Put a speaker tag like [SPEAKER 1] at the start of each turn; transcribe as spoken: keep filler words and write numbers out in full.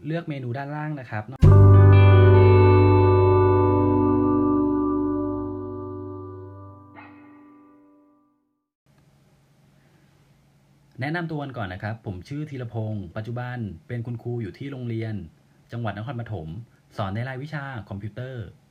[SPEAKER 1] เลือกเมนูด้านล่างนะครับแนะนำตัวกันก่อนนะครับผมชื่อธีรพงศ์ปัจจุบันเป็นคุณครูอยู่ที่โรงเรียนจังหวัดนครปฐมสอนในรายวิชาคอมพิวเตอร์